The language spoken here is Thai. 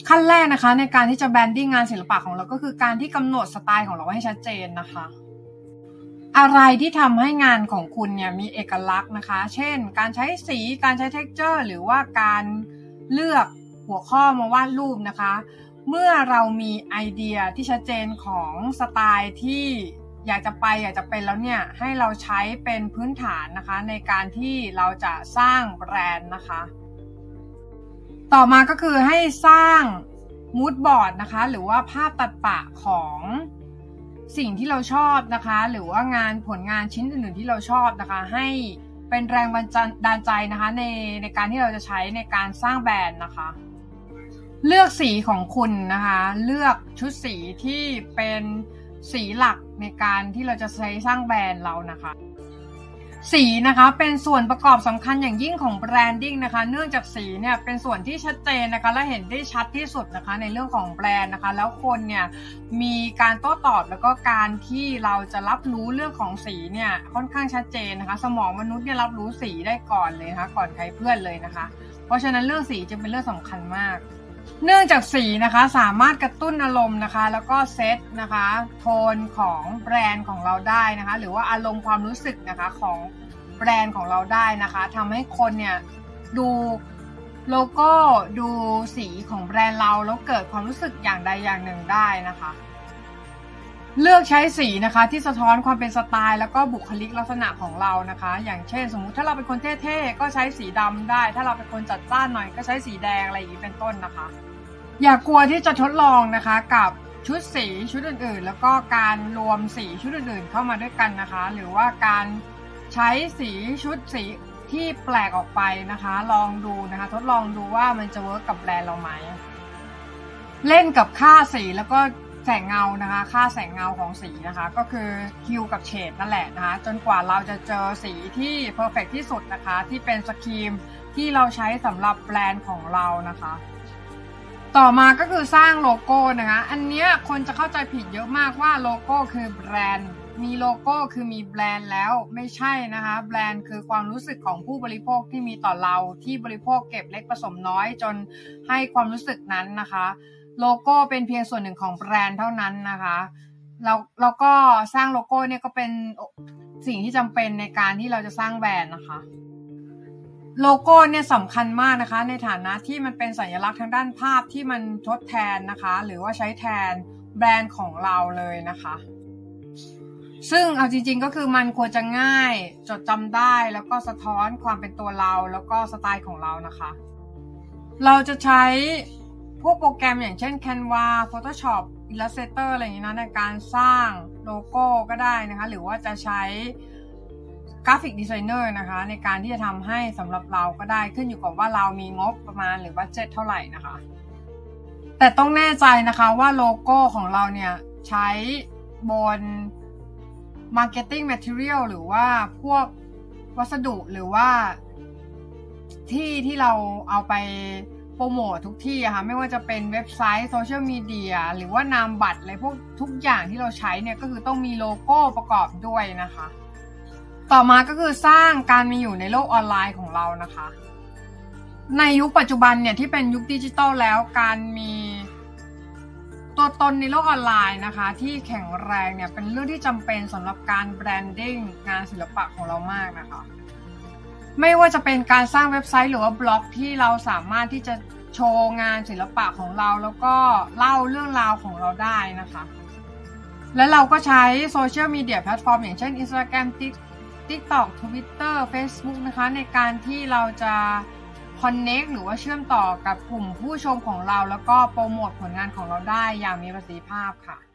ขั้นแรกนะคะในการที่จะแบรนดิ้งงานศิลปะของเราก็คือการที่กำหนดสไตล์ของเราให้ชัดเจนนะคะอะไรที่ทำให้งานของคุณเนี่ยมีเอกลักษณ์นะคะเช่นการใช้สีการใช้ texture หรือว่าการเลือกหัวข้อมาวาดรูปนะคะเมื่อเรามีไอเดียที่ชัดเจนของสไตล์ที่อยากจะเป็นแล้วเนี่ยให้เราใช้เป็นพื้นฐานนะคะในการที่เราจะสร้างแบรนด์นะคะต่อมาก็คือให้สร้างมูดบอร์ดนะคะหรือว่าภาพตัดปะของสิ่งที่เราชอบนะคะหรือว่างานผลงานชิ้นอื่นๆที่เราชอบนะคะให้เป็นแรงบันดาลใจนะคะในการที่เราจะใช้ในการสร้างแบรนด์นะคะเลือกสีของคุณนะคะเลือกชุดสีที่เป็นสีหลักในการที่เราจะใช้สร้างแบรนด์เรานะคะสีนะคะเป็นส่วนประกอบสำคัญอย่างยิ่งของแบรนดิ้งนะคะเนื่องจากสีเนี่ยเป็นส่วนที่ชัดเจนนะคะและเห็นได้ชัดที่สุดนะคะในเรื่องของแบรนด์นะคะแล้วคนเนี่ยมีการโต้ตอบแล้วก็การที่เราจะรับรู้เรื่องของสีเนี่ยค่อนข้างชัดเจนนะคะสมองมนุษย์เนี่ยรับรู้สีได้ก่อนเลยนะคะก่อนใครเพื่อนเลยนะคะเพราะฉะนั้นเรื่องสีจึงเป็นเรื่องสำคัญมากเนื่องจากสีนะคะสามารถกระตุ้นอารมณ์นะคะแล้วก็เซตนะคะโทนของแบรนด์ของเราได้นะคะหรือว่าอารมณ์ความรู้สึกนะคะของแบรนด์ของเราได้นะคะทำให้คนเนี่ยดูโลโก้ดูสีของแบรนด์เราแล้วเกิดความรู้สึกอย่างใดอย่างหนึ่งได้นะคะเลือกใช้สีนะคะที่สะท้อนความเป็นสไตล์แล้วก็บุคลิกลักษณะของเรานะคะอย่างเช่นสมมุติถ้าเราเป็นคนเท่ๆก็ใช้สีดำได้ถ้าเราเป็นคนจัดจ้านหน่อยก็ใช้สีแดงอะไรอย่างนี้เป็นต้นนะคะอย่ากลัวที่จะทดลองนะคะกับชุดสีชุดอื่นๆแล้วก็การรวมสีชุดอื่นๆเข้ามาด้วยกันนะคะหรือว่าการใช้สีชุดสีที่แปลกออกไปนะคะลองดูนะคะทดลองดูว่ามันจะเวิร์กกับแบรนด์เราไหมเล่นกับค่าสีแล้วก็แสงเงานะคะค่าแสงเงาของสีนะคะก็คือฮิวกับเฉดนั่นแหละนะคะจนกว่าเราจะเจอสีที่เพอร์เฟกต์ที่สุดนะคะที่เป็นสกรีมที่เราใช้สำหรับแบรนด์ของเรานะคะต่อมาก็คือสร้างโลโก้นะคะอันเนี้ยคนจะเข้าใจผิดเยอะมากว่าโลโก้คือแบรนด์มีโลโก้คือมีแบรนด์แล้วไม่ใช่นะคะแบรนด์คือความรู้สึกของผู้บริโภคที่มีต่อเราที่บริโภคเก็บเล็กผสมน้อยจนให้ความรู้สึกนั้นนะคะโลโก้เป็นเพียงส่วนหนึ่งของแบรนด์เท่านั้นนะคะแล้วก็สร้างโลโก้เนี่ยก็เป็นสิ่งที่จำเป็นในการที่เราจะสร้างแบรนด์นะคะโลโก้เนี่ยสำคัญมากนะคะในฐานะที่มันเป็นสัญลักษณ์ทางด้านภาพที่มันทดแทนนะคะหรือว่าใช้แทนแบรนด์ของเราเลยนะคะซึ่งเอาจริงๆก็คือมันควรจะง่ายจดจำได้แล้วก็สะท้อนความเป็นตัวเราแล้วก็สไตล์ของเรานะคะเราจะใช้พวกโปรแกรมอย่างเช่น Canva Photoshop Illustrator อะไรอย่างนี้นะในการสร้างโลโก้ก็ได้นะคะหรือว่าจะใช้กราฟิกดีไซเนอร์นะคะในการที่จะทำให้สำหรับเราก็ได้ขึ้นอยู่กับว่าเรามีงบประมาณหรือบัดเจ็ตเท่าไหร่นะคะแต่ต้องแน่ใจนะคะว่าโลโก้ของเราเนี่ยใช้บนMarketing Material หรือว่าพวกวัสดุหรือว่าที่เราเอาไปโปรโมททุกที่อะค่ะไม่ว่าจะเป็นเว็บไซต์โซเชียลมีเดียหรือว่านามบัตรอะไรพวกทุกอย่างที่เราใช้เนี่ยก็คือต้องมีโลโก้ประกอบด้วยนะคะต่อมาก็คือสร้างการมีอยู่ในโลกออนไลน์ของเรานะคะในยุคปัจจุบันเนี่ยที่เป็นยุคดิจิทัลแล้วการมีตัวตนในโลกออนไลน์นะคะที่แข็งแรงเนี่ยเป็นเรื่องที่จำเป็นสำหรับการแบรนดิ้งงานศิลปะของเรามากนะคะไม่ว่าจะเป็นการสร้างเว็บไซต์หรือว่าบล็อกที่เราสามารถที่จะโชว์งานศิลปะของเราแล้วก็เล่าเรื่องราวของเราได้นะคะและเราก็ใช้โซเชียลมีเดียแพลตฟอร์มอย่างเช่น Instagram TikTok Twitter Facebook นะคะในการที่เราจะconnect หรือว่าเชื่อมต่อกับกลุ่มผู้ชมของเราแล้วก็โปรโมทผลงานของเราได้อย่างมีประสิทธิภาพค่ะ